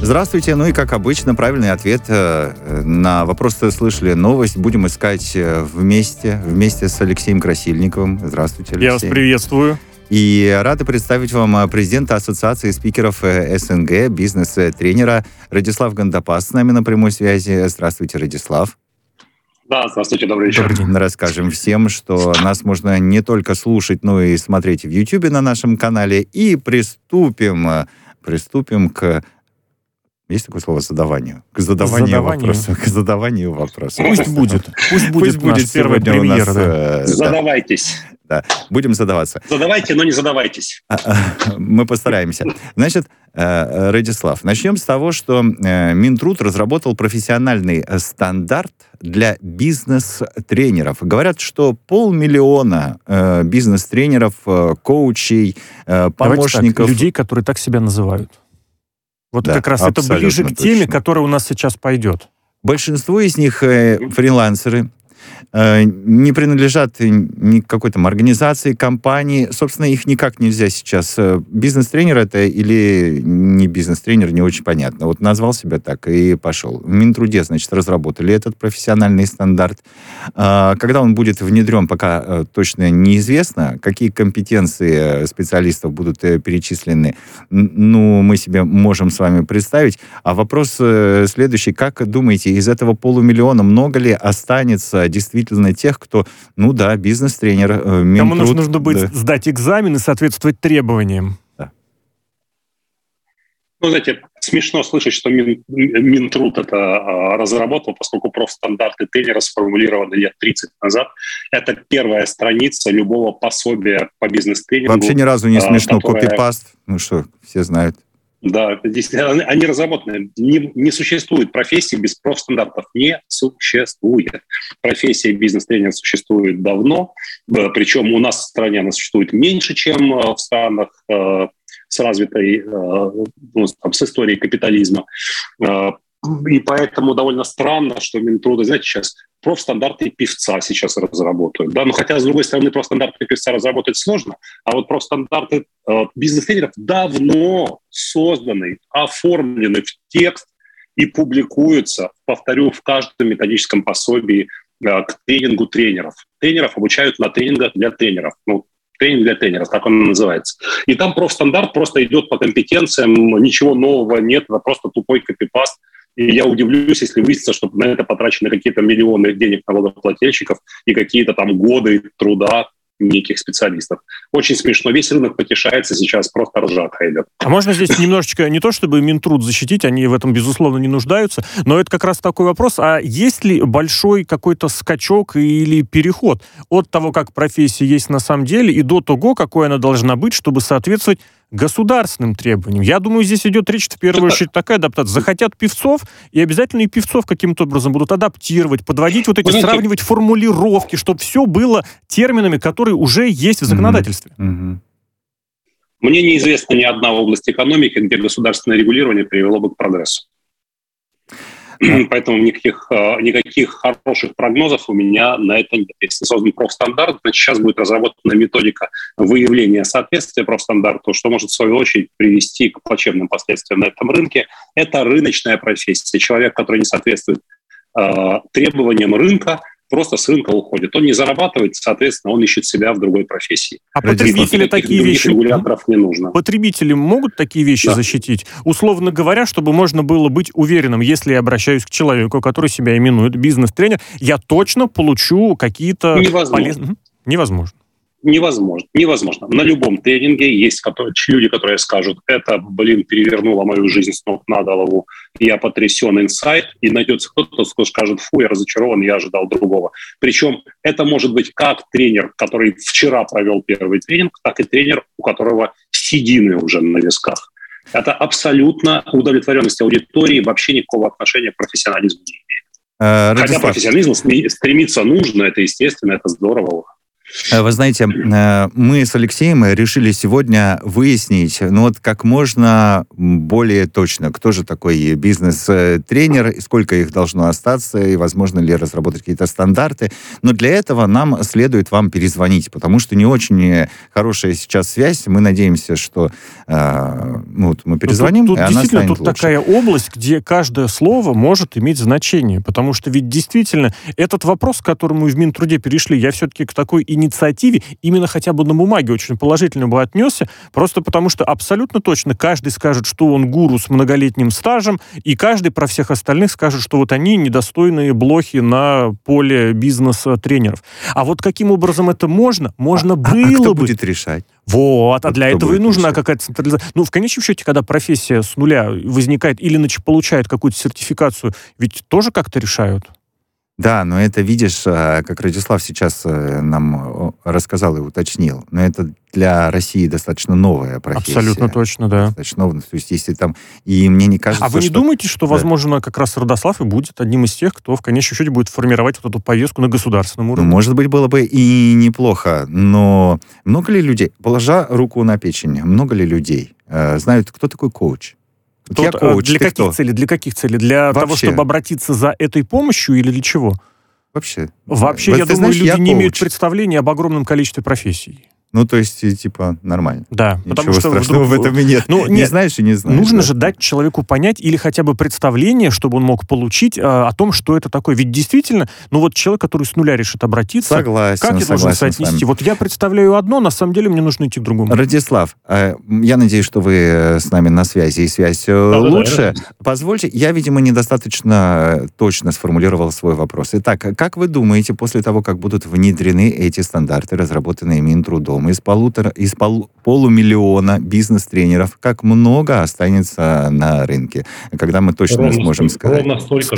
Здравствуйте. Ну и, как обычно, правильный ответ на вопрос слышали новость. Будем искать вместе с Алексеем Красильниковым. Здравствуйте, Алексей. Я вас приветствую. И рады представить вам президента Ассоциации спикеров СНГ, бизнес-тренера Радислав Гандапас с нами на прямой связи. Здравствуйте, Радислав. Да, здравствуйте, добрый вечер. Добрый день. Расскажем всем, что нас можно не только слушать, но и смотреть в YouTube на нашем канале. И приступим к... Есть такое слово задаванию? К задаванию вопросов. Пусть будет наш первый премьер. Задавайтесь. Да, будем задаваться. Задавайте, но не задавайтесь. Мы постараемся. Значит, Радислав, начнем с того, что Минтруд разработал профессиональный стандарт для бизнес-тренеров. Говорят, что 500 000 бизнес-тренеров, коучей, помощников... людей, которые так себя называют. Вот да, как раз это ближе к теме, которая у нас сейчас пойдет. Большинство из них фрилансеры, не принадлежат ни к какой-то организации, компании. Собственно, их никак нельзя сейчас. Бизнес-тренер это или не бизнес-тренер, не очень понятно. Вот назвал себя так и пошел. В Минтруде, значит, разработали этот профессиональный стандарт. Когда он будет внедрен, пока точно неизвестно. Какие компетенции специалистов будут перечислены, ну, мы себе можем с вами представить. А вопрос следующий. Как думаете, из этого 500 000 много ли останется действительно тех, кто, ну да, бизнес-тренер, Минтруд... Кому нужно будет сдать экзамен и соответствовать требованиям. Да. Ну, знаете, смешно слышать, что Минтруд это разработал, поскольку профстандарты тренера сформулированы лет 30 назад. Это первая страница любого пособия по бизнес-тренингу. Вообще ни разу не смешно. Копипаст, ну что, все знают. Да, действительно, они разработаны. Не существует профессии без профстандартов. Не существует. Профессия бизнес-тренера существует давно. Причем у нас в стране она существует меньше, чем в странах с развитой, с историей капитализма. И поэтому довольно странно, что Минтруд, знаете, сейчас профстандарты певца сейчас разработают. Да? Но хотя, с другой стороны, профстандарты певца разработать сложно, а вот профстандарты бизнес-тренеров давно созданы, оформлены в текст и публикуются, повторю, в каждом методическом пособии к тренингу тренеров. Тренеров обучают на тренингах для тренеров. Ну, тренинг для тренеров, так он называется. И там профстандарт просто идет по компетенциям, ничего нового нет, это просто тупой копипаст. И я удивлюсь, если выяснится, что на это потрачены какие-то миллионы денег налогоплательщиков и какие-то там годы труда неких специалистов. Очень смешно. Весь рынок потешается сейчас, просто ржака идет. А можно здесь немножечко, не то чтобы Минтруд защитить, они в этом, безусловно, не нуждаются, но это как раз такой вопрос, а есть ли большой какой-то скачок или переход от того, как профессия есть на самом деле, и до того, какой она должна быть, чтобы соответствовать государственным требованиям? Я думаю, здесь идет речь в первую очередь такая адаптация. Захотят певцов, и обязательно и певцов каким-то образом будут адаптировать, подводить вот эти, сравнивать формулировки, чтобы все было терминами, которые уже есть в законодательстве. Mm-hmm. Мне неизвестна ни одна область экономики, где государственное регулирование привело бы к прогрессу. Поэтому никаких хороших прогнозов у меня на это нет. Если создан профстандарт, значит, сейчас будет разработана методика выявления соответствия профстандарту, что может, в свою очередь, привести к плачевным последствиям на этом рынке. Это рыночная профессия. Человек, который не соответствует требованиям рынка, просто с рынка уходит. Он не зарабатывает, соответственно, он ищет себя в другой профессии. А потребители такие вещи... регуляторов не нужно. Потребители могут такие вещи защитить? Условно говоря, чтобы можно было быть уверенным, если я обращаюсь к человеку, который себя именует бизнес-тренер, я точно получу какие-то полезные... Невозможно. Невозможно. На любом тренинге есть люди, которые скажут, это, перевернуло мою жизнь с ног на голову, я потрясен, инсайт, и найдется кто-то, кто скажет, фу, я разочарован, я ожидал другого. Причем это может быть как тренер, который вчера провел первый тренинг, так и тренер, у которого седины уже на висках. Это абсолютно удовлетворенность аудитории, вообще никакого отношения к профессионализму не имеет. Хотя профессионализм стремиться нужно, это естественно, это здорово. Вы знаете, мы с Алексеем решили сегодня выяснить, как можно более точно, кто же такой бизнес-тренер, и сколько их должно остаться, и возможно ли разработать какие-то стандарты. Но для этого нам следует вам перезвонить, потому что не очень хорошая сейчас связь. Мы надеемся, что мы перезвоним, тут и она станет лучше. Тут такая область, где каждое слово может иметь значение, потому что ведь действительно этот вопрос, к которому мы в Минтруде перешли, я все-таки к такой инициативе именно хотя бы на бумаге очень положительно бы отнесся, просто потому что абсолютно точно каждый скажет, что он гуру с многолетним стажем, и каждый про всех остальных скажет, что вот они недостойные блохи на поле бизнес-тренеров. А вот каким образом это можно? Можно было кто бы... будет решать? Вот, а для этого и нужна какая-то централизация. В конечном счете, когда профессия с нуля возникает или получает какую-то сертификацию, ведь тоже как-то решают. Да, но это, видишь, как Радислав сейчас нам рассказал и уточнил, но это для России достаточно новая профессия. Абсолютно точно, да. Достаточно новая. То есть, если там... И мне не кажется, А вы не думаете, что, возможно, как раз Радослав и будет одним из тех, кто в конечном счете будет формировать вот эту повестку на государственном уровне? Может быть, было бы и неплохо, но много ли людей, положа руку на печень, много ли людей знают, кто такой коуч? Я коуч. Для каких целей? Для каких целей? Для того, чтобы обратиться за этой помощью или для чего? Вообще, я думаю, люди не имеют представления об огромном количестве профессий. То есть, нормально. Да, ничего потому что страшного в этом и нет. Не знаешь и не знаешь. Нужно же дать человеку понять или хотя бы представление, чтобы он мог получить о том, что это такое. Ведь действительно, человек, который с нуля решит обратиться, согласен, как я должен соотнести? Вот я представляю одно, на самом деле мне нужно идти к другому. Радислав, я надеюсь, что вы с нами на связи, и связь лучше. Позвольте, я, видимо, недостаточно точно сформулировал свой вопрос. Итак, как вы думаете, после того, как будут внедрены эти стандарты, разработанные Минтрудом, из полумиллиона бизнес-тренеров, как много останется на рынке, когда мы точно сможем сказать? Ровно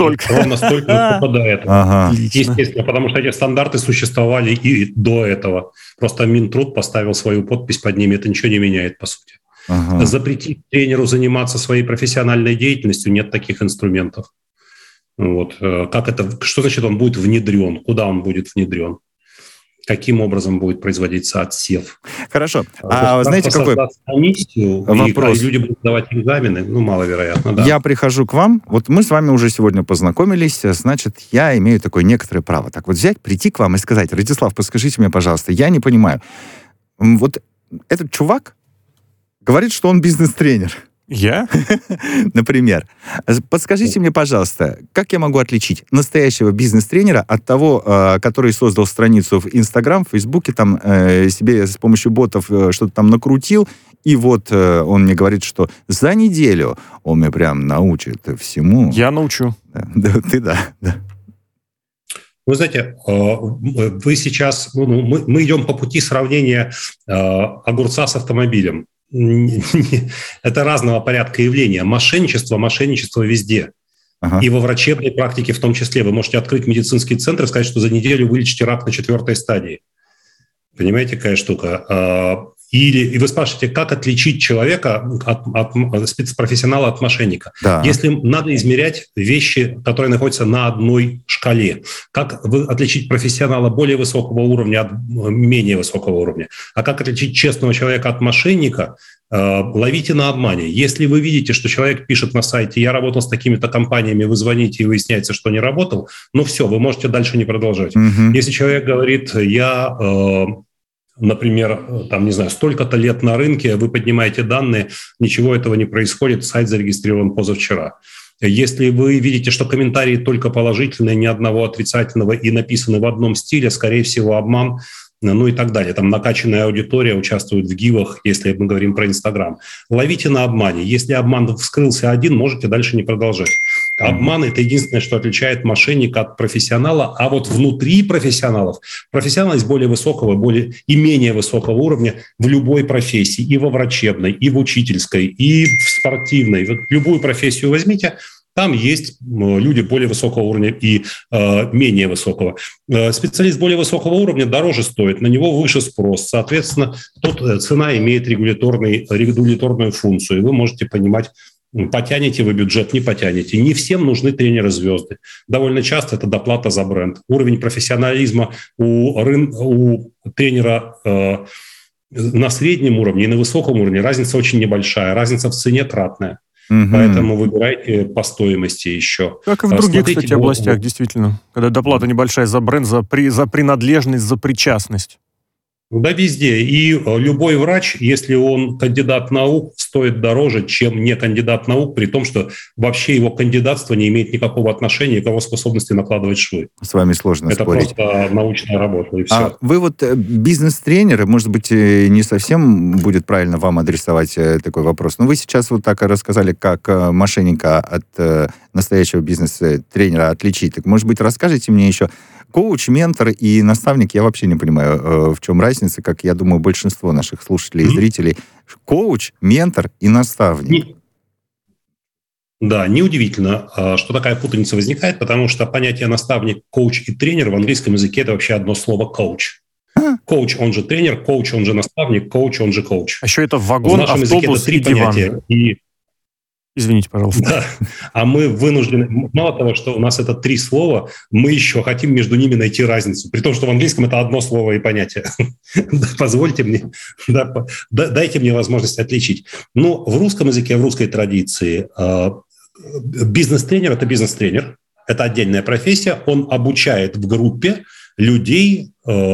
столько до этого. Ага. Естественно, потому что эти стандарты существовали и до этого. Просто Минтруд поставил свою подпись под ними, это ничего не меняет, по сути. Ага. Запретить тренеру заниматься своей профессиональной деятельностью, нет таких инструментов. Что значит он будет внедрен? Куда он будет внедрен? Каким образом будет производиться отсев? Хорошо. Знаете, какой вопрос? И люди будут сдавать экзамены? Маловероятно, да. Я прихожу к вам, мы с вами уже сегодня познакомились, значит, я имею такое некоторое право. Так взять, прийти к вам и сказать: Радислав, подскажите мне, пожалуйста, я не понимаю. Этот чувак говорит, что он бизнес-тренер. Я? Например. Подскажите мне, пожалуйста, как я могу отличить настоящего бизнес-тренера от того, который создал страницу в Инстаграм, в Фейсбуке, себе с помощью ботов что-то там накрутил, и он мне говорит, что за неделю он меня прям научит всему. Я научу. Да, ты да. Вы знаете, вы сейчас... Мы идем по пути сравнения огурца с автомобилем. Это разного порядка явления. Мошенничество везде. Ага. И во врачебной практике в том числе. Вы можете открыть медицинский центр и сказать, что за неделю вылечите рак на 4-й стадии. Понимаете, какая штука? И вы спрашиваете, как отличить человека от спецпрофессионала от мошенника? Да. Если надо измерять вещи, которые находятся на одной шкале. Как отличить профессионала более высокого уровня от менее высокого уровня? А как отличить честного человека от мошенника? Ловите на обмане. Если вы видите, что человек пишет на сайте: я работал с такими-то компаниями, вы звоните и выясняется, что не работал, все, вы можете дальше не продолжать. Угу. Если человек говорит: я... например, столько-то лет на рынке, вы поднимаете данные, ничего этого не происходит, сайт зарегистрирован позавчера. Если вы видите, что комментарии только положительные, ни одного отрицательного и написаны в одном стиле, скорее всего, обман, и так далее. Там накачанная аудитория участвует в гивах, если мы говорим про Инстаграм. Ловите на обмане. Если обман вскрылся один, можете дальше не продолжать. Обман – это единственное, что отличает мошенника от профессионала. А внутри профессионалов, профессионал есть более высокого, и менее высокого уровня в любой профессии. И во врачебной, и в учительской, и в спортивной. Любую профессию возьмите, там есть люди более высокого уровня и менее высокого. Специалист более высокого уровня дороже стоит, на него выше спрос. Соответственно, тут цена имеет регуляторную функцию, и вы можете понимать, Потянете вы бюджет, не потянете. Не всем нужны тренеры-звезды. Довольно часто это доплата за бренд. Уровень профессионализма у тренера на среднем уровне и на высоком уровне разница очень небольшая. Разница в цене кратная. Поэтому выбирайте по стоимости еще. Как и в других, кстати, областях, действительно. Когда доплата небольшая за бренд, за принадлежность, за причастность. Да, везде. И любой врач, если он кандидат наук, стоит дороже, чем не кандидат наук, при том, что вообще его кандидатство не имеет никакого отношения к его способности накладывать швы. С вами сложно спорить. Это просто научная работа, и все. А вы вот бизнес-тренеры, может быть, не совсем будет правильно вам адресовать такой вопрос, но вы сейчас вот так рассказали, как мошенника от настоящего бизнес-тренера отличить. Так, может быть, расскажите мне еще, коуч, ментор и наставник, я вообще не понимаю, в чем разница, как, я думаю, большинство наших слушателей и зрителей. Коуч, ментор и наставник. Да, неудивительно, что такая путаница возникает, потому что понятие наставник, коуч и тренер в английском языке это вообще одно слово коуч. Коуч, он же тренер, коуч, он же наставник, коуч, он же коуч. А еще это вагон, автобус и диван. Извините, пожалуйста. Да. А мы вынуждены... Мало того, что у нас это 3 слова, мы еще хотим между ними найти разницу. При том, что в английском это одно слово и понятие. Позвольте мне... Дайте мне возможность отличить. Ну, в русском языке, в русской традиции бизнес-тренер – это бизнес-тренер. Это отдельная профессия. Он обучает в группе людей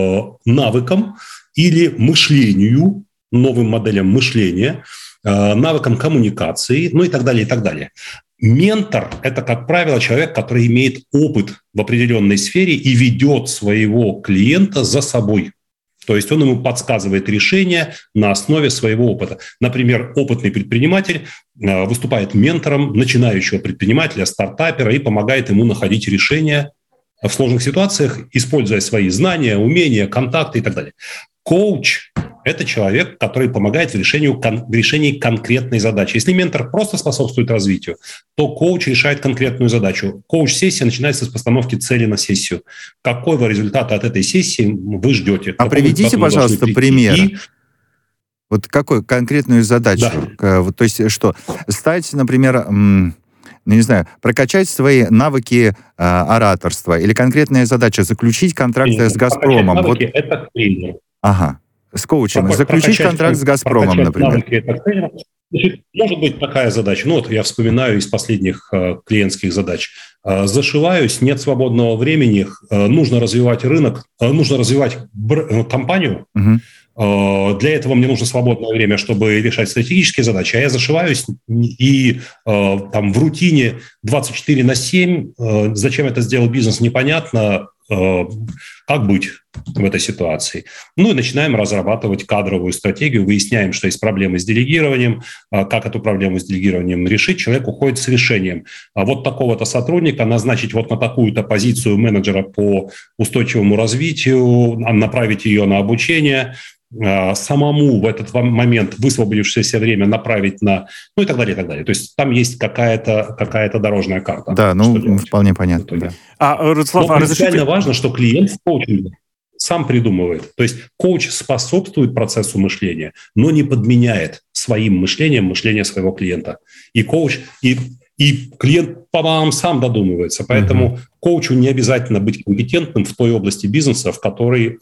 навыкам или мышлению, новым моделям мышления, навыкам коммуникации, ну и так далее, и так далее. Ментор – это, как правило, человек, который имеет опыт в определенной сфере и ведет своего клиента за собой. То есть он ему подсказывает решения на основе своего опыта. Например, опытный предприниматель выступает ментором начинающего предпринимателя, стартапера и помогает ему находить решения в сложных ситуациях, используя свои знания, умения, контакты и так далее. Коуч – это человек, который помогает в решении конкретной задачи. Если ментор просто способствует развитию, то коуч решает конкретную задачу. Коуч-сессия начинается с постановки цели на сессию. Какого результата от этой сессии вы ждете? А приведите, пожалуйста, пример. Вот какую конкретную задачу? Да. То есть что? Стать, например... не знаю, прокачать свои навыки ораторства или конкретная задача заключить контракт с «Газпромом». Навыки, вот... это тренер. Ага, с коучем. Заключить контракт с «Газпромом», например. Навыки, значит, может быть такая задача. Ну вот я вспоминаю из последних клиентских задач. Зашиваюсь, нет свободного времени, нужно развивать рынок, нужно развивать компанию. Для этого мне нужно свободное время, чтобы решать стратегические задачи, а я зашиваюсь и там в рутине 24/7. Зачем это сделал бизнес, непонятно. Как быть в этой ситуации? Ну и начинаем разрабатывать кадровую стратегию, выясняем, что есть проблемы с делегированием, как эту проблему с делегированием решить. Человек уходит с решением. Вот такого-то сотрудника назначить вот на такую-то позицию менеджера по устойчивому развитию, направить ее на обучение, самому в этот момент высвободившееся время направить на... Ну и так далее, и так далее. То есть там есть какая-то дорожная карта. Да, ну вполне понятно. Да. Но принципиально важно, что клиент в коучинге сам придумывает. То есть коуч способствует процессу мышления, но не подменяет своим мышлением мышление своего клиента. И коуч... И клиент, по-моему, сам додумывается. Поэтому коучу не обязательно быть компетентным в той области бизнеса, в которой...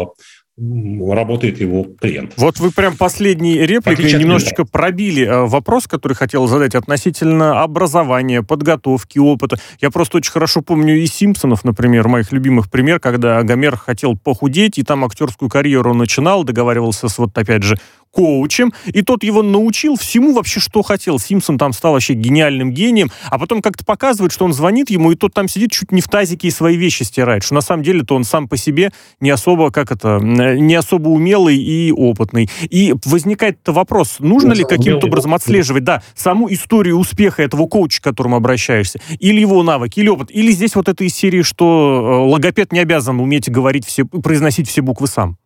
работает его клиент. Вот вы прям последней репликой немножечко пробили вопрос, который хотел задать относительно образования, подготовки, опыта. Я просто очень хорошо помню из «Симпсонов», например, моих любимых пример, когда Гомер хотел похудеть, и там актерскую карьеру начинал, договаривался с, вот опять же, коучем, и тот его научил всему вообще, что хотел. Симпсон там стал вообще гениальным гением, а потом как-то показывает, что он звонит ему, и тот там сидит, чуть не в тазике и свои вещи стирает, что на самом деле-то он сам по себе не особо, не особо умелый и опытный. И возникает вопрос, нужно ли каким-то образом отслеживать, саму историю успеха этого коуча, к которому обращаешься, или его навыки, или опыт, или здесь вот это из серии, что логопед не обязан уметь говорить произносить все буквы сам?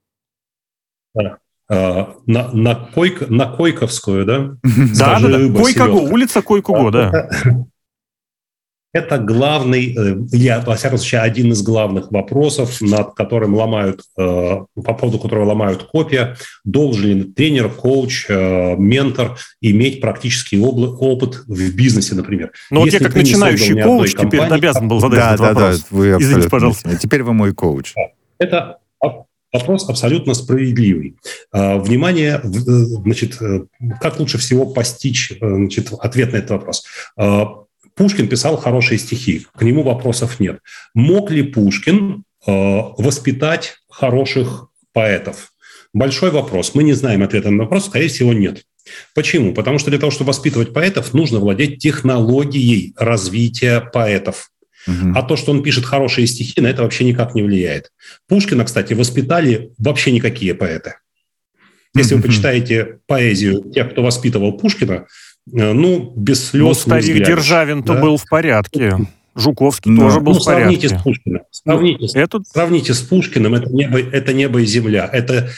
Да. На Койковскую, да? Да, Койкого, улица Койкого, да. Это главный, или, во всяком случае, один из главных вопросов, над которым по поводу которого ломают копья. Должен ли тренер, коуч, ментор иметь практический опыт в бизнесе, например? Ну, вот я как начинающий коуч теперь обязан был задать этот вопрос. Да, вы извините, пожалуйста. Теперь вы мой коуч. Это вопрос абсолютно справедливый. Внимание, значит, как лучше всего постичь, значит, ответ на этот вопрос? Пушкин писал хорошие стихи, к нему вопросов нет. Мог ли Пушкин воспитать хороших поэтов? Большой вопрос. Мы не знаем ответа на вопрос, скорее всего, нет. Почему? Потому что для того, чтобы воспитывать поэтов, нужно владеть технологией развития поэтов. А то, что он пишет хорошие стихи, на это вообще никак не влияет. Пушкина, кстати, воспитали вообще никакие поэты. Если вы почитаете поэзию тех, кто воспитывал Пушкина, ну, без слез. Ну, старик Державин-то был в порядке. Жуковский тоже был в порядке. Сравните с Пушкиным. Сравните с Пушкиным. Это небо и земля.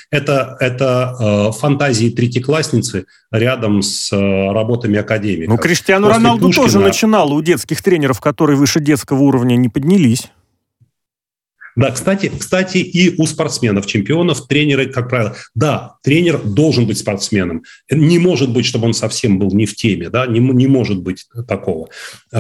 Это фантазии третьеклассницы рядом с работами академиков. Ну, Криштиану Роналду тоже начинал у детских тренеров, которые выше детского уровня не поднялись. Да, кстати, и у спортсменов-чемпионов тренеры, как правило, да, тренер должен быть спортсменом. Не может быть, чтобы он совсем был не в теме, да, не может быть такого.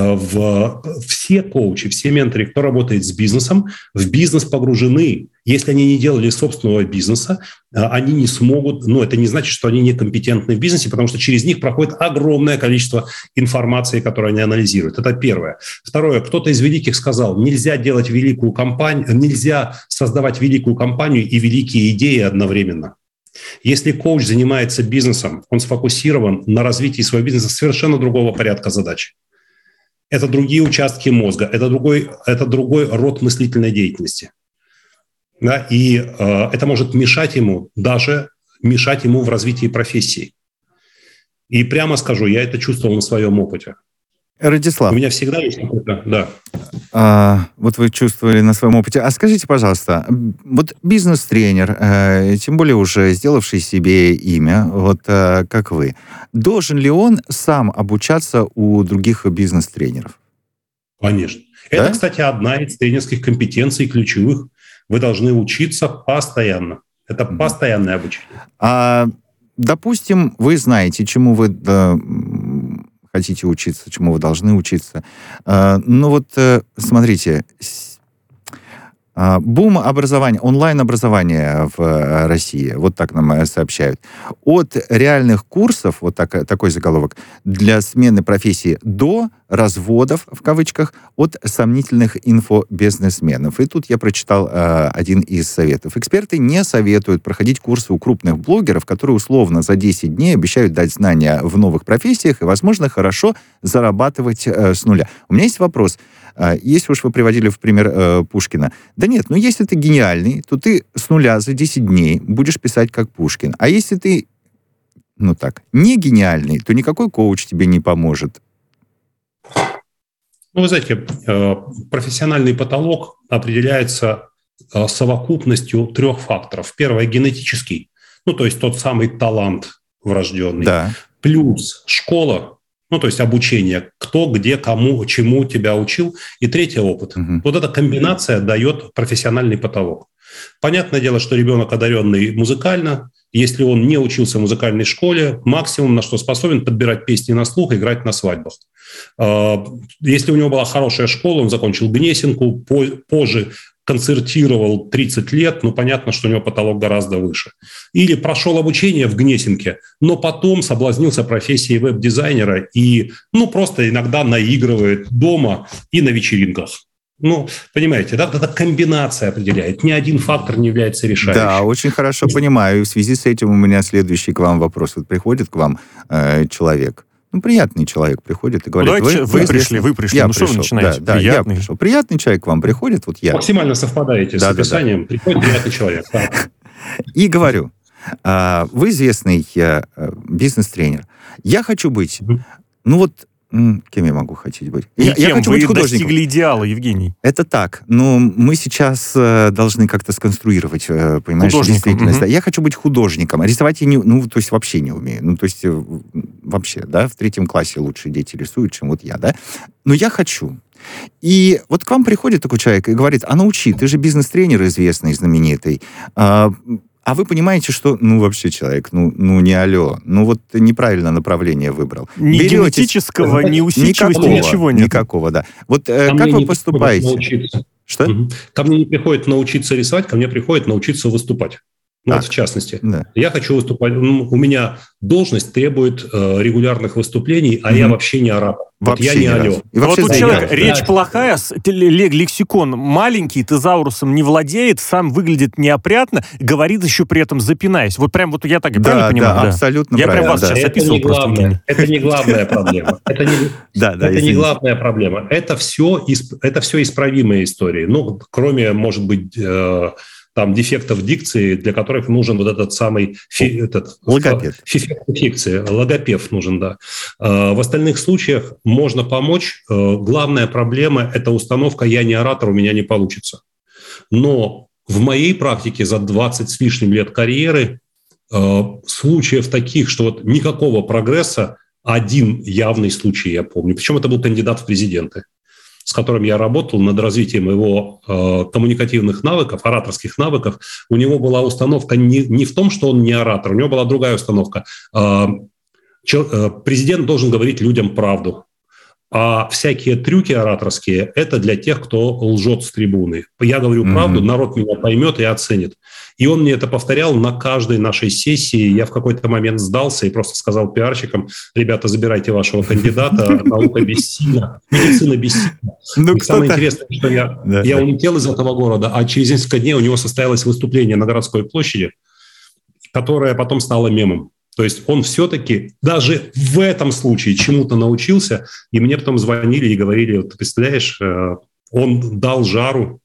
Все коучи, все менторы, кто работает с бизнесом, в бизнес погружены. Если они не делали собственного бизнеса, они не смогут, это не значит, что они некомпетентны в бизнесе, потому что через них проходит огромное количество информации, которую они анализируют. Это первое. Второе. Кто-то из великих сказал, нельзя делать великую компанию, нельзя создавать великую компанию и великие идеи одновременно. Если коуч занимается бизнесом, он сфокусирован на развитии своего бизнеса совершенно другого порядка задач. Это другие участки мозга, это другой род мыслительной деятельности. Да, и это может мешать ему в развитии профессии. И прямо скажу, я это чувствовал на своем опыте. Радислав. У меня всегда есть какой-то, да. Вот вы чувствовали на своем опыте. А скажите, пожалуйста, вот бизнес-тренер, тем более уже сделавший себе имя, вот как вы, должен ли он сам обучаться у других бизнес-тренеров? Конечно. Да? Это, кстати, одна из тренерских компетенций ключевых. Вы должны учиться постоянно. Это постоянное обучение. Допустим, вы знаете, чему вы хотите учиться, чему вы должны учиться. Смотрите, бум образования, онлайн-образования в России, вот так нам сообщают. От реальных курсов, вот такой заголовок, для смены профессии до разводов, в кавычках, от сомнительных инфобизнесменов. И тут я прочитал один из советов. Эксперты не советуют проходить курсы у крупных блогеров, которые условно за 10 дней обещают дать знания в новых профессиях и, возможно, хорошо зарабатывать с нуля. У меня есть вопрос. Если уж вы приводили в пример Пушкина. Да нет, если ты гениальный, то ты с нуля за 10 дней будешь писать как Пушкин. А если ты, не гениальный, то никакой коуч тебе не поможет. Вы знаете, профессиональный потолок определяется совокупностью 3 факторов. Первое – генетический, то есть тот самый талант врожденный. Да. Плюс школа, то есть обучение, кто, где, кому, чему тебя учил. И третий – опыт. Вот эта комбинация дает профессиональный потолок. Понятное дело, что ребенок, одаренный музыкально, если он не учился в музыкальной школе, максимум, на что способен, подбирать песни на слух, играть на свадьбах. Если у него была хорошая школа, он закончил Гнесинку, позже концертировал 30 лет, понятно, что у него потолок гораздо выше. Или прошел обучение в Гнесинке, но потом соблазнился профессией веб-дизайнера и, просто иногда наигрывает дома и на вечеринках. Понимаете, да? Это комбинация определяет. Ни один фактор не является решающим. Да, очень хорошо понимаю. В связи с этим у меня следующий к вам вопрос. Вот приходит к вам человек, приятный человек приходит и говорит... Вы пришли. Что вы начинаете? Да, я пришел. Приятный человек к вам приходит, вот я. Максимально совпадаете с описанием. Да. Приходит приятный человек. Да. И говорю, вы известный бизнес-тренер. Я хочу быть... кем я могу хотеть быть? Я хочу быть художником. Вы достигли идеала, Евгений. Это так, но мы сейчас должны как-то сконструировать, понимаешь, действительность. Да. Я хочу быть художником. Рисовать я вообще не умею. Вообще, да, в 3 классе лучше дети рисуют, чем вот я, да. Но я хочу. И вот к вам приходит такой человек и говорит, а научи, ты же бизнес-тренер известный, знаменитый, а вы понимаете, что, вообще человек, не алло, вот неправильно направление выбрал. Ни генетического, ни усидчивости, ничего нет. Никакого, да. Вот как вы поступаете? Что? Ко мне не приходит научиться рисовать, ко мне приходит научиться выступать. Вот в частности. Да. Я хочу выступать. У меня должность требует регулярных выступлений, а я вообще не оратор. Вообще я не алло. Вот тут человек, речь плохая, лексикон маленький, тезаурусом не владеет, сам выглядит неопрятно, говорит еще при этом запинаясь. Вот прям я так правильно понимаю? Да, абсолютно я правильно. Я прям вас сейчас описывал просто. Это не главная проблема. Это не главная проблема. Это все исправимые истории. Кроме, может быть, там дефектов дикции, для которых нужен вот этот самый логопед. Фикции. Логопед нужен, да. В остальных случаях можно помочь. Главная проблема – это установка «я не оратор, у меня не получится». Но в моей практике за 20 с лишним лет карьеры случаев таких, что вот никакого прогресса, один явный случай я помню. Причем это был кандидат в президенты, с которым я работал над развитием его коммуникативных навыков, ораторских навыков. У него была установка не в том, что он не оратор, у него была другая установка. Президент должен говорить людям правду. А всякие трюки ораторские – это для тех, кто лжет с трибуны. Я говорю правду, народ меня поймет и оценит. И он мне это повторял на каждой нашей сессии. Я в какой-то момент сдался и просто сказал пиарщикам: ребята, забирайте вашего кандидата, наука бессильна, медицина бессильна. И самое интересное, что я улетел из этого города, а через несколько дней у него состоялось выступление на городской площади, которое потом стало мемом. То есть он все-таки даже в этом случае чему-то научился, и мне потом звонили и говорили: ты представляешь, он дал жару.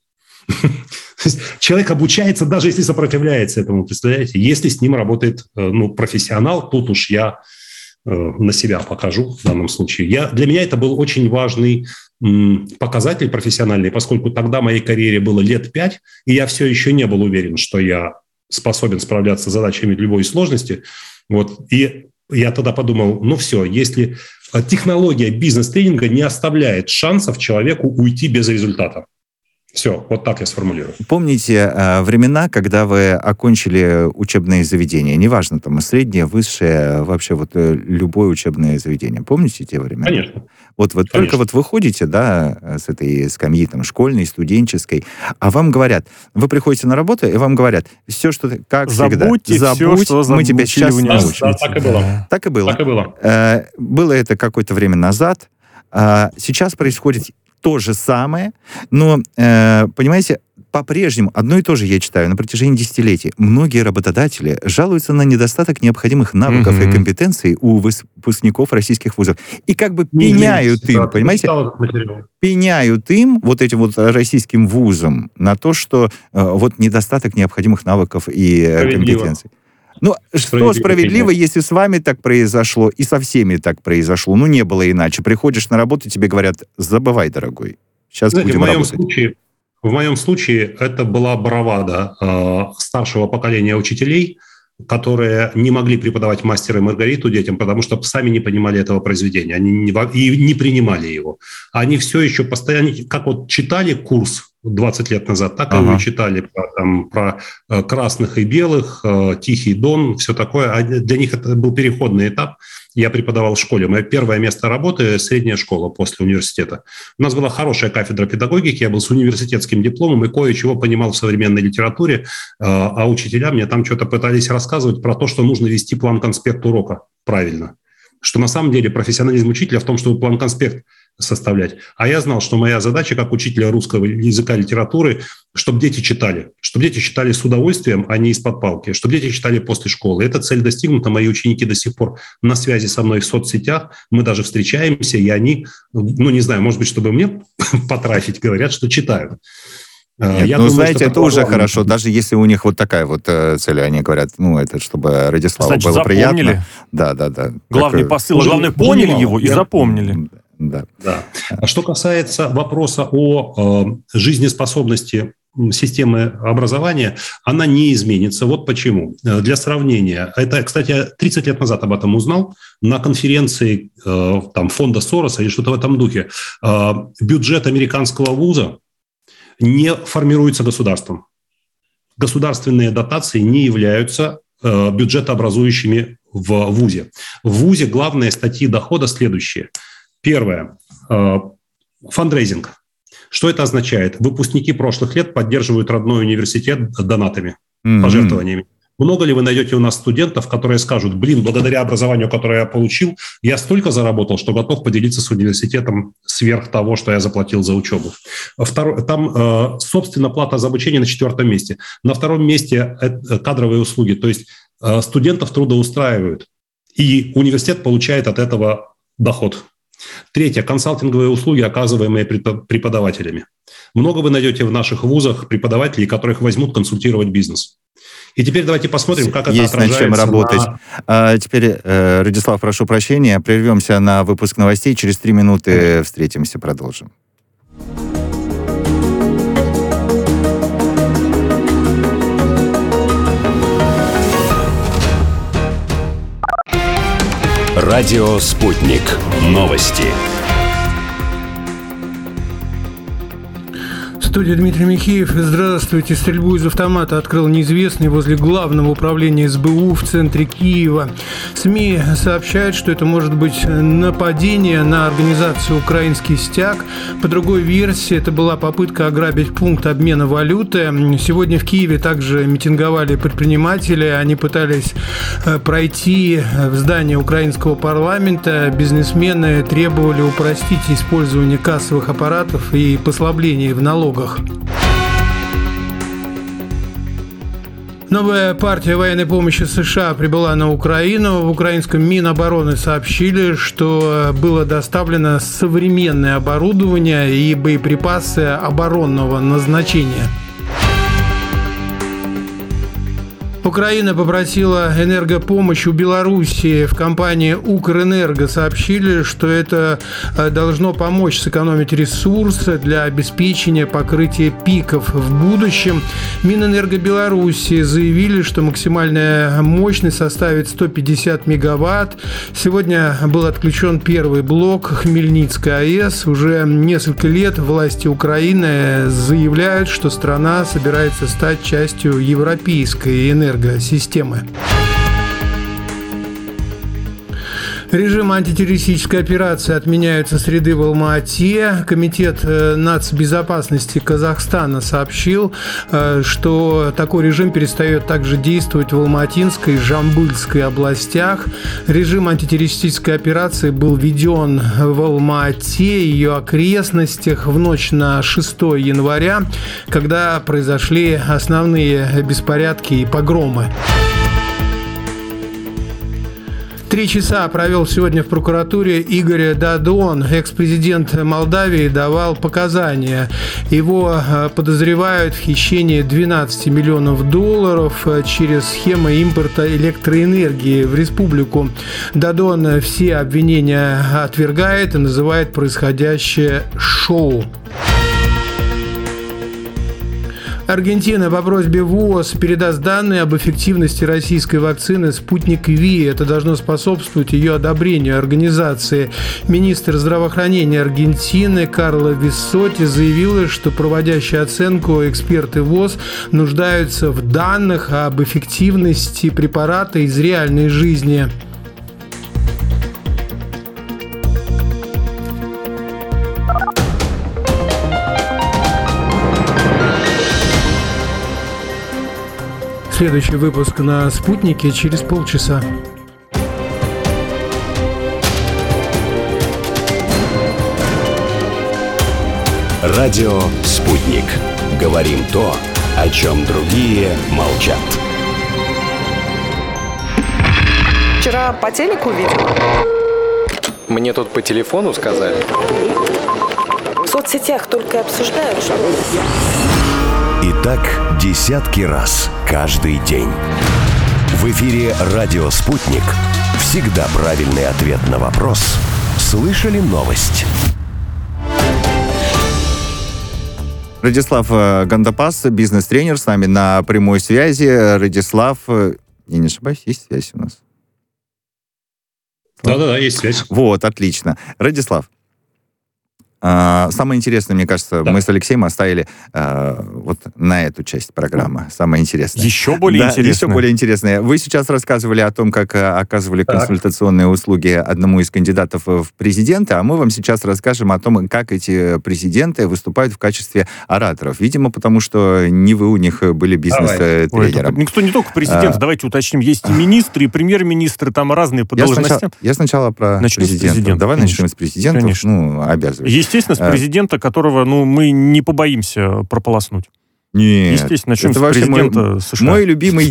Человек обучается, даже если сопротивляется этому, представляете? Если с ним работает профессионал, тут уж я на себя покажу в данном случае. Для меня это был очень важный показатель профессиональный, поскольку тогда в моей карьере было лет 5, и я все еще не был уверен, что я способен справляться с задачами любой сложности. И я тогда подумал, все, если технология бизнес-тренинга не оставляет шансов человеку уйти без результата. Все, вот так я сформулирую. Помните времена, когда вы окончили учебные заведения? Неважно, там, среднее, высшее, вообще любое учебное заведение. Помните те времена? Конечно. Только вы ходите, да, с этой скамьи, там, школьной, студенческой, а вам говорят, вы приходите на работу, и вам говорят, все, что ты, как забудь, всегда, забудь, все, что мы тебя сейчас научим. Да, так и было. Так и было. Так и было. Было это какое-то время назад. Сейчас происходит то же самое, но, понимаете, по-прежнему одно и то же я читаю на протяжении десятилетий. Многие работодатели жалуются на недостаток необходимых навыков и компетенций у выпускников российских вузов. И как бы пеняют им, понимаете, пеняют им, этим российским вузам, на то, что недостаток необходимых навыков и компетенций. Что справедливо, если с вами так произошло, и со всеми так произошло? Не было иначе. Приходишь на работу, тебе говорят: забывай, дорогой, сейчас будем работать. В моем случае это была бравада старшего поколения учителей, которые не могли преподавать «Мастера и Маргариту» детям, потому что сами не понимали этого произведения, они не принимали его. Они все еще постоянно, как читали курс 20 лет назад, так и вы читали про красных и белых, Тихий Дон, все такое. А для них это был переходный этап. Я преподавал в школе. Мое первое место работы – средняя школа после университета. У нас была хорошая кафедра педагогики, я был с университетским дипломом и кое-чего понимал в современной литературе, а учителя мне там что-то пытались рассказывать про то, что нужно вести план-конспект урока правильно. Что на самом деле профессионализм учителя в том, чтобы план-конспект составлять. А я знал, что моя задача как учителя русского языка и литературы, чтобы дети читали с удовольствием, а не из-под палки, чтобы дети читали после школы. Эта цель достигнута, мои ученики до сих пор на связи со мной в соцсетях, мы даже встречаемся, и они, не знаю, может быть, чтобы мне потрафить, говорят, что читают. Нет, знаете, это уже хорошо, даже если у них такая цель, они говорят, это чтобы Радиславу было запомнили. Приятно. Да. Главный посыл, главное, поняли его и запомнили. Да. А что касается вопроса о жизнеспособности системы образования, она не изменится. Вот почему. Для сравнения, это, кстати, 30 лет назад об этом узнал на конференции там, фонда Сороса или что-то в этом духе. Бюджет американского вуза не формируется государством. Государственные дотации не являются бюджетообразующими в вузе. В вузе главные статьи дохода следующие. Первое. Фандрейзинг. Что это означает? Выпускники прошлых лет поддерживают родной университет донатами, пожертвованиями. Много ли вы найдете у нас студентов, которые скажут: благодаря образованию, которое я получил, я столько заработал, что готов поделиться с университетом сверх того, что я заплатил за учебу. Там, собственно, плата за обучение на 4-м месте. На 2-м месте кадровые услуги, то есть студентов трудоустраивают, и университет получает от этого доход. 3. Консалтинговые услуги, оказываемые преподавателями. Много вы найдете в наших вузах преподавателей, которых возьмут консультировать бизнес. И теперь давайте посмотрим, как это отражается. Есть над чем работать. Теперь, Радислав, прошу прощения, прервемся на выпуск новостей. Через 3 минуты встретимся, продолжим. Радио «Спутник». Новости. Студия Дмитрий Михеев. Здравствуйте. Стрельбу из автомата открыл неизвестный возле Главного управления СБУ в центре Киева. СМИ сообщают, что это может быть нападение на организацию «Украинский стяг». По другой версии, это была попытка ограбить пункт обмена валюты. Сегодня в Киеве также митинговали предприниматели. Они пытались пройти в здание украинского парламента. Бизнесмены требовали упростить использование кассовых аппаратов и послаблений в налогах. Новая партия военной помощи США прибыла на Украину. В украинском Минобороны сообщили, что было доставлено современное оборудование и боеприпасы оборонного назначения. Украина попросила энергопомощь у Белоруссии. В компании «Укрэнерго» сообщили, что это должно помочь сэкономить ресурсы для обеспечения покрытия пиков в будущем. Минэнерго Белоруссии заявили, что максимальная мощность составит 150 мегаватт. Сегодня был отключен первый блок Хмельницкой АЭС. Уже несколько лет власти Украины заявляют, что страна собирается стать частью европейской энергосистемы. Режим антитеррористической операции отменяют со среды в Алма-Ате. Комитет нацбезопасности Казахстана сообщил, что такой режим перестает также действовать в Алматинской и Жамбылской областях. Режим антитеррористической операции был введен в Алма-Ате и ее окрестностях в ночь на 6 января, когда произошли основные беспорядки и погромы. 3 часа провел сегодня в прокуратуре Игорь Дадон. Экс-президент Молдавии давал показания. Его подозревают в хищении 12 миллионов долларов через схемы импорта электроэнергии в республику. Дадон все обвинения отвергает и называет происходящее шоу. Аргентина по просьбе ВОЗ передаст данные об эффективности российской вакцины «Спутник Ви». Это должно способствовать ее одобрению организации. Министр здравоохранения Аргентины Карла Виссотти заявила, что проводящие оценку эксперты ВОЗ нуждаются в данных об эффективности препарата из реальной жизни. Следующий выпуск на «Спутнике» через полчаса. Радио «Спутник». Говорим то, о чем другие молчат. Вчера по телеку видел. Мне тут по телефону сказали. В соцсетях только обсуждают, что... И так десятки раз каждый день. В эфире «Радио Спутник». Всегда правильный ответ на вопрос. Слышали новость? Радислав Гандапас, бизнес-тренер, с нами на прямой связи. Радислав, я не ошибаюсь, есть связь у нас? Да, есть связь. Вот, отлично. Радислав, самое интересное, мне кажется, мы с Алексеем оставили вот на эту часть программы. Самое интересное. Еще более интересное. Еще более интересное. Вы сейчас рассказывали о том, как оказывали консультационные услуги одному из кандидатов в президенты, а мы вам сейчас расскажем о том, как эти президенты выступают в качестве ораторов. Видимо, потому что не вы у них были бизнес-тренером. Никто не только президент, давайте уточним. Есть и министры, и премьер-министры, там разные по должностям. Я сначала про президента. Давай начнем с президентов. Конечно. Обязываюсь. Естественно, с президента, которого мы не побоимся прополоснуть. Нет. Естественно, начнем с президента США. Мой любимый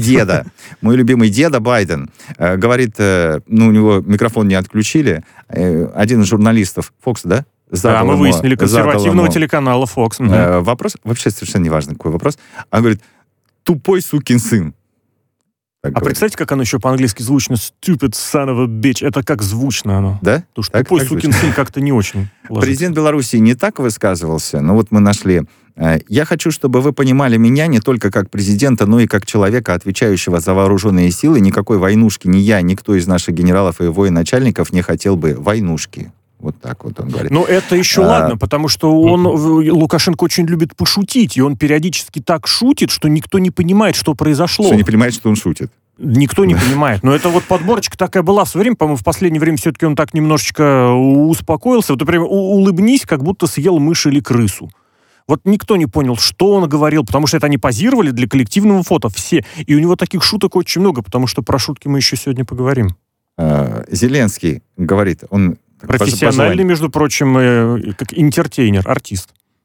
деда Байден говорит, у него микрофон не отключили, один из журналистов, Фокс, да? Да, мы выяснили, консервативного телеканала Fox. Вопрос, вообще совершенно неважно, какой вопрос. Он говорит, тупой сукин сын. Представьте, как оно еще по-английски звучно? Stupid son of a bitch. Это как звучно оно. Да? Потому что тупой сукин сын как-то не очень ложится. Президент Беларуси не так высказывался, но вот мы нашли. Я хочу, чтобы вы понимали меня не только как президента, но и как человека, отвечающего за вооруженные силы. Никакой войнушки ни я, никто из наших генералов и военачальников не хотел бы войнушки. Вот так вот он говорит. Но это еще ладно, потому что Лукашенко очень любит пошутить, и он периодически так шутит, что никто не понимает, что произошло. Что не понимает, что он шутит. Никто не понимает. Но это вот подборочка такая была в свое время. По-моему, в последнее время все-таки он так немножечко успокоился. Вот, например, улыбнись, как будто съел мышь или крысу. Вот никто не понял, что он говорил, потому что это они позировали для коллективного фото все. И у него таких шуток очень много, потому что про шутки мы еще сегодня поговорим. Зеленский говорит, он... Профессиональный, между прочим, как интертейнер, артист.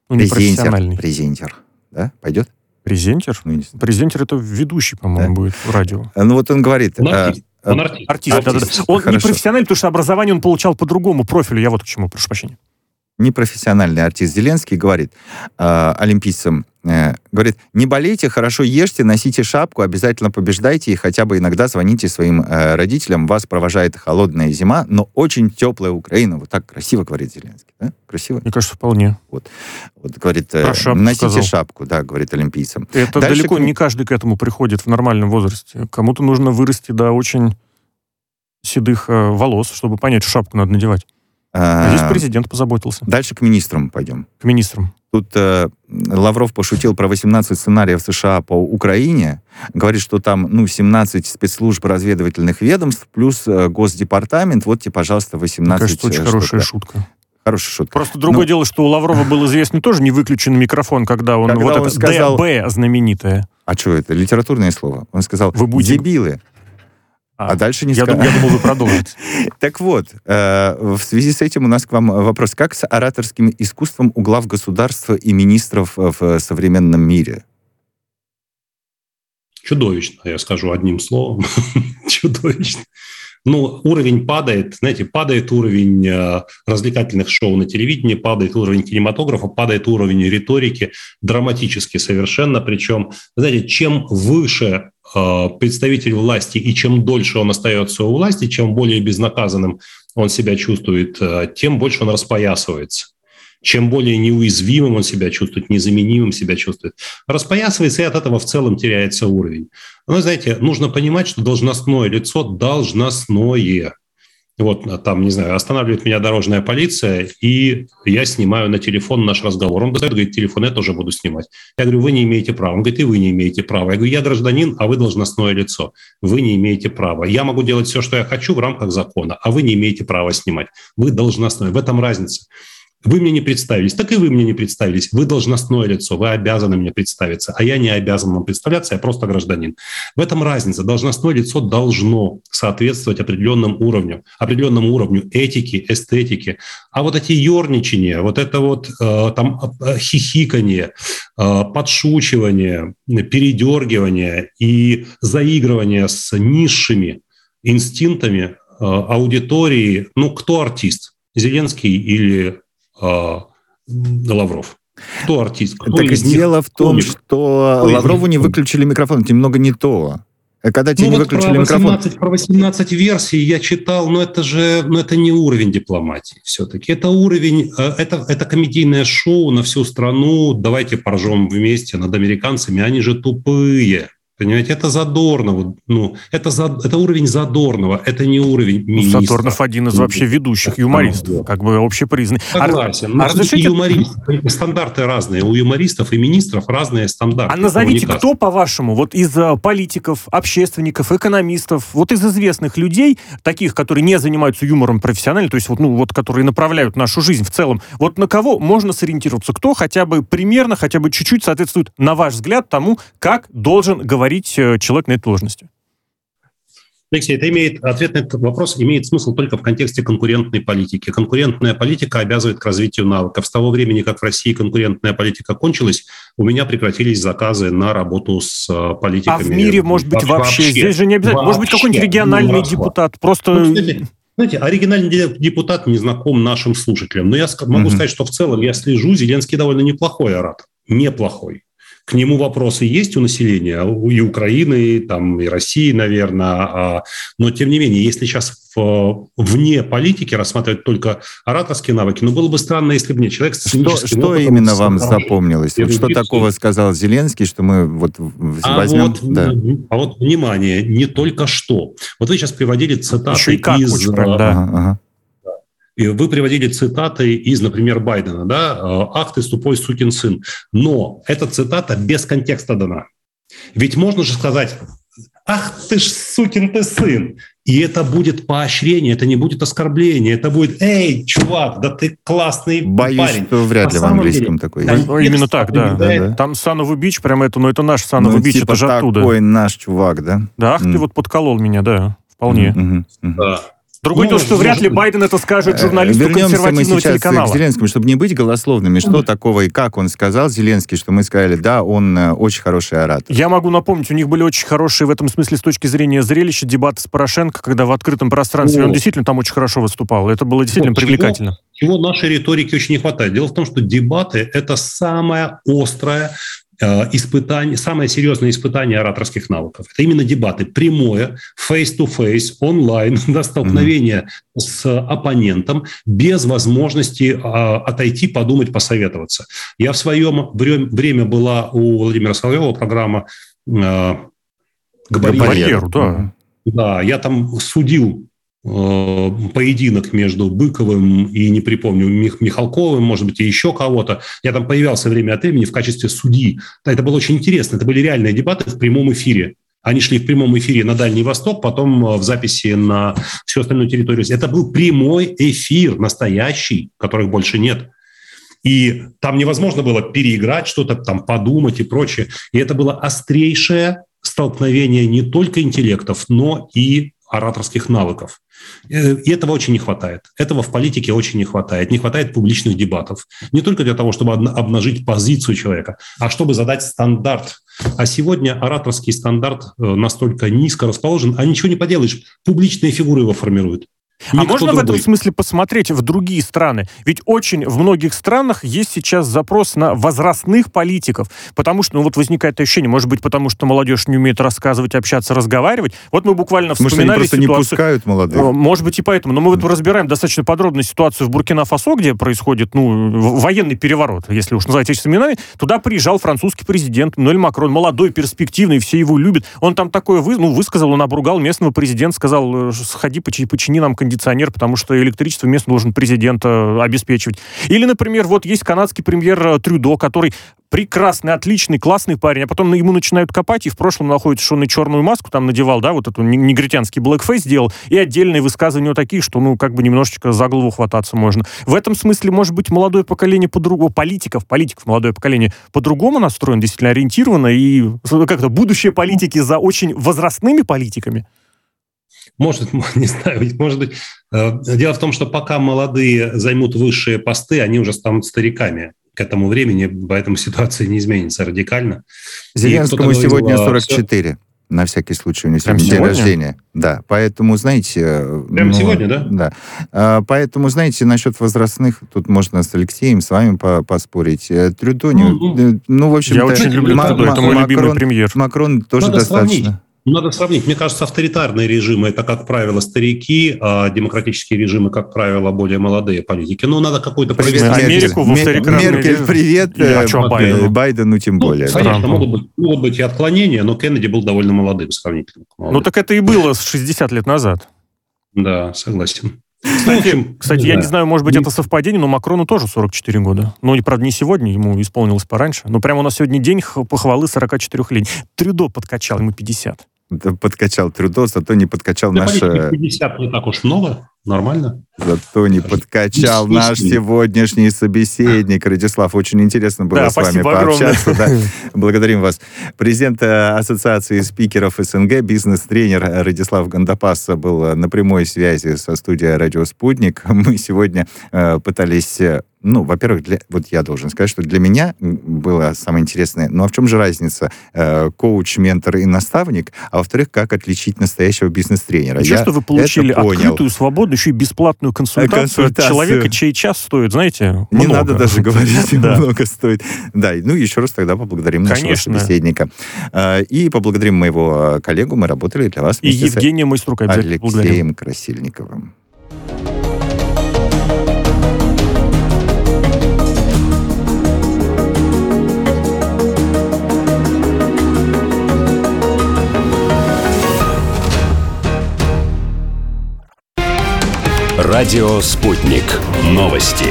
Презентер. Да? Пойдет? Презентер? Презентер — это ведущий, по-моему, будет в радио. Ну вот он говорит... Он артист. Артист, да. Он не профессиональный, потому что образование он получал по другому профилю. Я вот к чему, прошу прощения. Непрофессиональный артист Зеленский говорит олимпийцам, говорит, не болейте, хорошо ешьте, носите шапку, обязательно побеждайте и хотя бы иногда звоните своим родителям. Вас провожает холодная зима, но очень теплая Украина. Вот так красиво говорит Зеленский. Да? Красиво? Мне кажется, вполне. Вот говорит, носите шапку, да, говорит олимпийцам. Это дальше далеко не каждый к этому приходит в нормальном возрасте. Кому-то нужно вырасти до очень седых волос, чтобы понять, что шапку надо надевать. Здесь президент позаботился. Дальше к министрам пойдем. К министрам. Тут Лавров пошутил про 18 сценариев США по Украине. Говорит, что там 17 спецслужб разведывательных ведомств плюс Госдепартамент. Вот тебе, пожалуйста, 18 Мне кажется, очень хорошая шутка. Хорошая шутка. Просто другое дело, что у Лаврова был известный тоже невыключенный микрофон, когда он сказал... ДБ знаменитое. А что это? Литературное слово. Он сказал, дебилы. А дальше не сказал. Я думал, вы продолжите. Так вот, в связи с этим у нас к вам вопрос. Как с ораторским искусством у глав государства и министров в современном мире? Чудовищно, я скажу одним словом. Чудовищно. Уровень падает, знаете, падает уровень развлекательных шоу на телевидении, падает уровень кинематографа, падает уровень риторики драматически совершенно. Причем, знаете, чем выше представитель власти и чем дольше он остается у власти, чем более безнаказанным он себя чувствует, тем больше он распоясывается. Чем более неуязвимым он себя чувствует, незаменимым себя чувствует, распоясывается, и от этого в целом теряется уровень. Но, знаете, нужно понимать, что должностное лицо должностное. Вот там, не знаю, останавливает меня дорожная полиция, и я снимаю на телефон наш разговор. Он говорит, телефон я тоже буду снимать. Я говорю, вы не имеете права. Он говорит, и вы не имеете права. Я говорю, я гражданин, а вы должностное лицо. Вы не имеете права. Я могу делать все, что я хочу в рамках закона, а вы не имеете права снимать. Вы должностное. В этом разница. Вы мне не представились, так и вы мне не представились. Вы должностное лицо, вы обязаны мне представиться, а я не обязан вам представляться, я просто гражданин. В этом разница. Должностное лицо должно соответствовать определенному уровню этики, эстетики. А вот эти ерничания, вот это вот там хихиканье, подшучивание, передергивание и заигрывание с низшими инстинктами аудитории, кто артист? Зеленский или Лавров? Кто артист? Так дело в том, что Лаврову не выключили микрофон. Это немного не то. Когда тебе не выключили микрофон. Про 18 версий я читал, но это не уровень дипломатии все-таки. Это уровень, это комедийное шоу на всю страну. Давайте поржем вместе над американцами, они же тупые. Понимаете, это Задорнова. Это уровень Задорнова, это не уровень министра. Задорнов один из вообще ведущих юмористов, как бы общепризнанный. Согласен. Разрешите... Стандарты разные. У юмористов и министров разные стандарты. А назовите, кто, по-вашему, вот из политиков, общественников, экономистов, вот из известных людей, таких, которые не занимаются юмором профессионально, то есть которые направляют нашу жизнь в целом, вот на кого можно сориентироваться? Кто хотя бы примерно, хотя бы чуть-чуть соответствует, на ваш взгляд, тому, как должен говорить человек на этой должности? Алексей, ответ на этот вопрос имеет смысл только в контексте конкурентной политики. Конкурентная политика обязывает к развитию навыков. С того времени, как в России конкурентная политика кончилась, у меня прекратились заказы на работу с политиками. А в мире, может быть, вообще? Здесь же не обязательно. Может быть, какой-нибудь региональный депутат. Просто... Знаете, оригинальный депутат не знаком нашим слушателям. Но я могу сказать, что в целом я слежу. Зеленский довольно неплохой оратор. Неплохой. К нему вопросы есть у населения, и Украины, и России, наверное. Но, тем не менее, если сейчас вне политики рассматривать только ораторские навыки, было бы странно, если бы не человек с сценическим опытом. Что именно вам запомнилось? Что такого сказал Зеленский, что мы возьмем... Вот, внимание, не только что. Вот вы сейчас приводили цитаты еще и как из... Очень правильно, И вы приводили цитаты из, например, Байдена, да, «Ах ты, тупой сукин сын». Но эта цитата без контекста дана. Ведь можно же сказать «Ах ты ж сукин ты сын». И это будет поощрение, это не будет оскорбление, это будет «Эй, чувак, да ты классный парень». Боюсь, что вряд ли в английском такой. Именно так, да. Там son of a bitch, прямо это наш son of a bitch, это же оттуда. Такой наш чувак, да? Да, ах ты подколол меня, да, вполне. Да. Другое то, что вряд ли Байден это скажет журналисту консервативного телеканала. К Зеленскому, чтобы не быть голословными. Что такого и как он сказал, Зеленский, что мы сказали, да, он очень хороший оратор. Я могу напомнить, у них были очень хорошие в этом смысле с точки зрения зрелища дебаты с Порошенко, когда в открытом пространстве он действительно там очень хорошо выступал. Это было действительно привлекательно. Чего нашей риторики очень не хватает. Дело в том, что дебаты – это самое острое испытание, самое серьезное испытание ораторских навыков. Это именно дебаты. Прямое, face-to-face, онлайн, столкновение с оппонентом без возможности отойти, подумать, посоветоваться. Я в свое время была у Владимира Соловьева программа «К барьеру». Да. Да, я там судил поединок между Быковым и, не припомню, Михалковым, может быть, и еще кого-то. Я там появлялся время от времени в качестве судьи. Это было очень интересно. Это были реальные дебаты в прямом эфире. Они шли в прямом эфире на Дальний Восток, потом в записи на всю остальную территорию. Это был прямой эфир, настоящий, которых больше нет. И там невозможно было переиграть что-то, там подумать и прочее. И это было острейшее столкновение не только интеллектов, но и ораторских навыков. И этого очень не хватает. Этого в политике очень не хватает. Не хватает публичных дебатов. Не только для того, чтобы обнажить позицию человека, а чтобы задать стандарт. А сегодня ораторский стандарт настолько низко расположен, а ничего не поделаешь. Публичные фигуры его формируют. А можно в этом смысле посмотреть в другие страны? Ведь очень в многих странах есть сейчас запрос на возрастных политиков, потому что, возникает ощущение, может быть, потому что молодежь не умеет рассказывать, общаться, разговаривать. Вот мы буквально вспоминали просто ситуацию... не пускают молодых. Может быть, и поэтому. Но мы разбираем достаточно подробно ситуацию в Буркина-Фасо, где происходит, военный переворот, если уж называть эти именами. Туда приезжал французский президент Эммануэль Макрон, молодой, перспективный, все его любят. Он там такое высказал, он обругал местного президента, сказал, сходи, почини нам кондиционер, потому что электричество местно должен президент обеспечивать. Или, например, есть канадский премьер Трюдо, который прекрасный, отличный, классный парень, а потом ему начинают копать, и в прошлом находится, что он и черную маску там надевал, да, эту негритянский блэкфейс делал, и отдельные высказывания такие, что, немножечко за голову хвататься можно. В этом смысле, может быть, молодое поколение по-другому, политиков, молодое поколение по-другому настроено, действительно ориентировано, и как-то будущее политики за очень возрастными политиками? Может, не знаю, может быть. Дело в том, что пока молодые займут высшие посты, они уже станут стариками к этому времени, поэтому ситуация не изменится радикально. Зеленскому сегодня 44. На всякий случай, у него сегодня день рождения. Да, поэтому, знаете... Прямо сегодня, да? Да. Поэтому, знаете, насчет возрастных, тут можно с Алексеем, с вами поспорить. Трюдо, в общем-то... Я очень люблю Трюдо, это мой любимый премьер. Макрон тоже Надо достаточно... Надо сравнить. Мне кажется, авторитарные режимы – это, как правило, старики, а демократические режимы, как правило, более молодые политики. Ну, надо какой-то... Америку в авторитарный Меркель, привет. Байдену тем более. Конечно, могут быть и отклонения, но Кеннеди был довольно молодым сравнительно. Ну, так это и было 60 лет назад. Да, согласен. Кстати, я не знаю, может быть, это совпадение, но Макрону тоже 44 года. Ну, правда, не сегодня, ему исполнилось пораньше. Но прямо у нас сегодня день похвалы 44-летний. Трюдо подкачал, ему 50. Подкачал Трюдо, зато не подкачал наш... 50 не так уж много, нормально. Зато не подкачал наш сегодняшний собеседник. Радислав, очень интересно было с вами пообщаться. Да. Благодарим вас. Президент Ассоциации спикеров СНГ, бизнес-тренер Радислав Гандапас был на прямой связи со студией «Радио Спутник». Мы сегодня пытались... Ну, во-первых, вот я должен сказать, что для меня было самое интересное, ну а в чем же разница коуч, ментор и наставник, а во-вторых, как отличить настоящего бизнес-тренера? Что вы получили открытую свободу, еще и бесплатную консультацию от человека, чей час стоит, знаете, не надо даже говорить, много стоит. Да, ну еще раз тогда поблагодарим нашего собеседника. И поблагодарим моего коллегу, мы работали для вас вместе с Евгением Майструка, Алексеем Красильниковым. Радио «Спутник». Новости.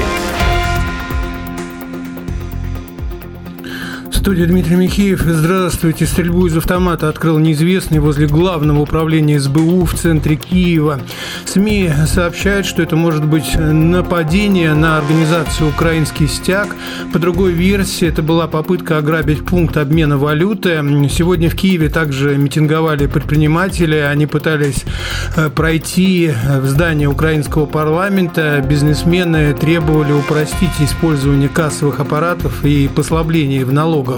Студия Дмитрий Михеев. Здравствуйте. Стрельбу из автомата открыл неизвестный возле главного управления СБУ в центре Киева. СМИ сообщают, что это может быть нападение на организацию «Украинский стяг». По другой версии, это была попытка ограбить пункт обмена валюты. Сегодня в Киеве также митинговали предприниматели. Они пытались пройти в здание украинского парламента. Бизнесмены требовали упростить использование кассовых аппаратов и послаблений в налогах.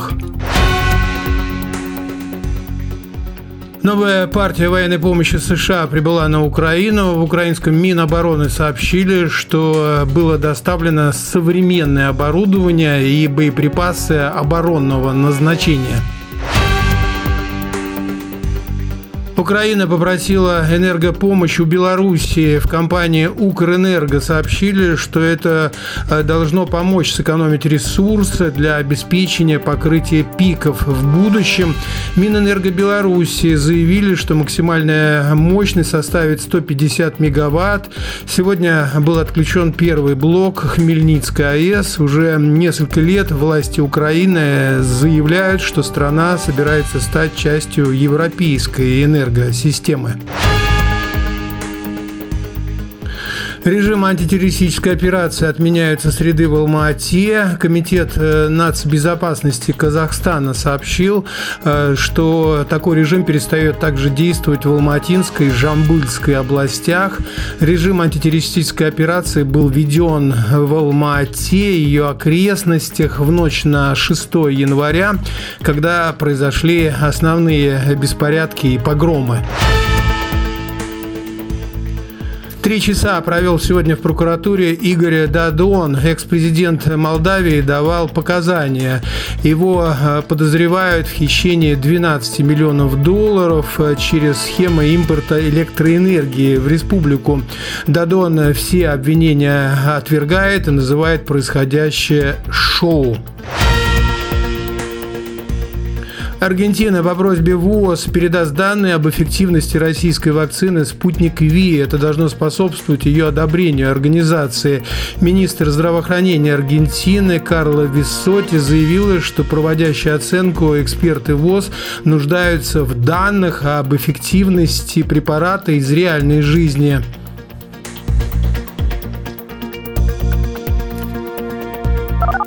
Новая партия военной помощи США прибыла на Украину. В украинском Минобороны сообщили, что было доставлено современное оборудование и боеприпасы оборонного назначения. Украина попросила энергопомощь у Белоруссии. В компании «Укрэнерго» сообщили, что это должно помочь сэкономить ресурсы для обеспечения покрытия пиков в будущем. Минэнерго Белоруссии заявили, что максимальная мощность составит 150 мегаватт. Сегодня был отключен первый блок Хмельницкой АЭС. Уже несколько лет власти Украины заявляют, что страна собирается стать частью европейской энергосистемы. Режим антитеррористической операции отменяются с среды в Алма-Ате. Комитет нацбезопасности Казахстана сообщил, что такой режим перестает также действовать в Алма-Атинской и Жамбыльской областях. Режим антитеррористической операции был введен в Алма-Ате и ее окрестностях в ночь на 6 января, когда произошли основные беспорядки и погромы. 3 часа провел сегодня в прокуратуре Игорь Дадон. Экс-президент Молдавии давал показания. Его подозревают в хищении 12 миллионов долларов через схемы импорта электроэнергии в республику. Дадон все обвинения отвергает и называет происходящее шоу. Аргентина по просьбе ВОЗ передаст данные об эффективности российской вакцины «Спутник Ви». Это должно способствовать ее одобрению организации. Министр здравоохранения Аргентины Карла Виссотти заявила, что проводящие оценку эксперты ВОЗ нуждаются в данных об эффективности препарата из реальной жизни.